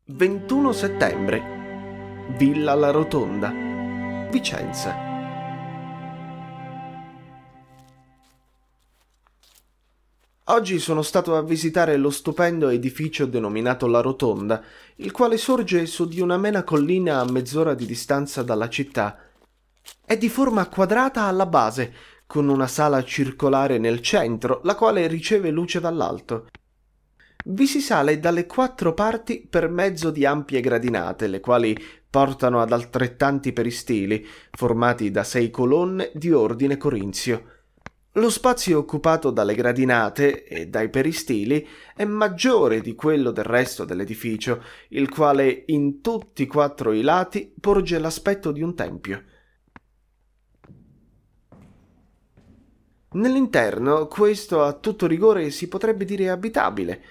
21 settembre, Villa La Rotonda, Vicenza. Oggi sono stato a visitare lo stupendo edificio denominato La Rotonda, il quale sorge su di un'amena collina a mezz'ora di distanza dalla città. È di forma quadrata alla base, con una sala circolare nel centro, la quale riceve luce dall'alto. Vi si sale dalle 4 parti per mezzo di ampie gradinate, le quali portano ad altrettanti peristili, formati da 6 colonne di ordine corinzio. Lo spazio occupato dalle gradinate e dai peristili è maggiore di quello del resto dell'edificio, il quale in tutti 4 i lati porge l'aspetto di un tempio. Nell'interno questo a tutto rigore si potrebbe dire abitabile,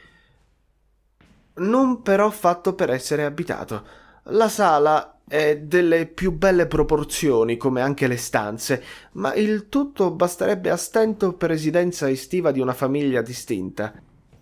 non però fatto per essere abitato. La sala è delle più belle proporzioni, come anche le stanze, ma il tutto basterebbe a stento per residenza estiva di una famiglia distinta.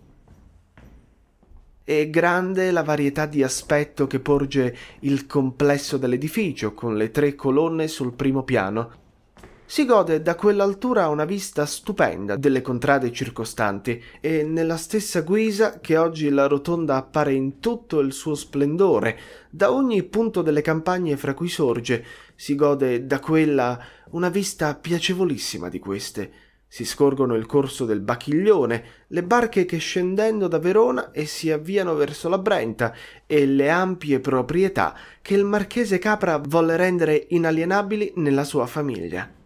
È grande la varietà di aspetto che porge il complesso dell'edificio, con le 3 colonne sul primo piano. Si gode da quell'altura una vista stupenda delle contrade circostanti e nella stessa guisa che oggi la rotonda appare in tutto il suo splendore, da ogni punto delle campagne fra cui sorge, si gode da quella una vista piacevolissima di queste. Si scorgono il corso del Bacchiglione, le barche che scendendo da Verona e si avviano verso la Brenta e le ampie proprietà che il marchese Capra volle rendere inalienabili nella sua famiglia.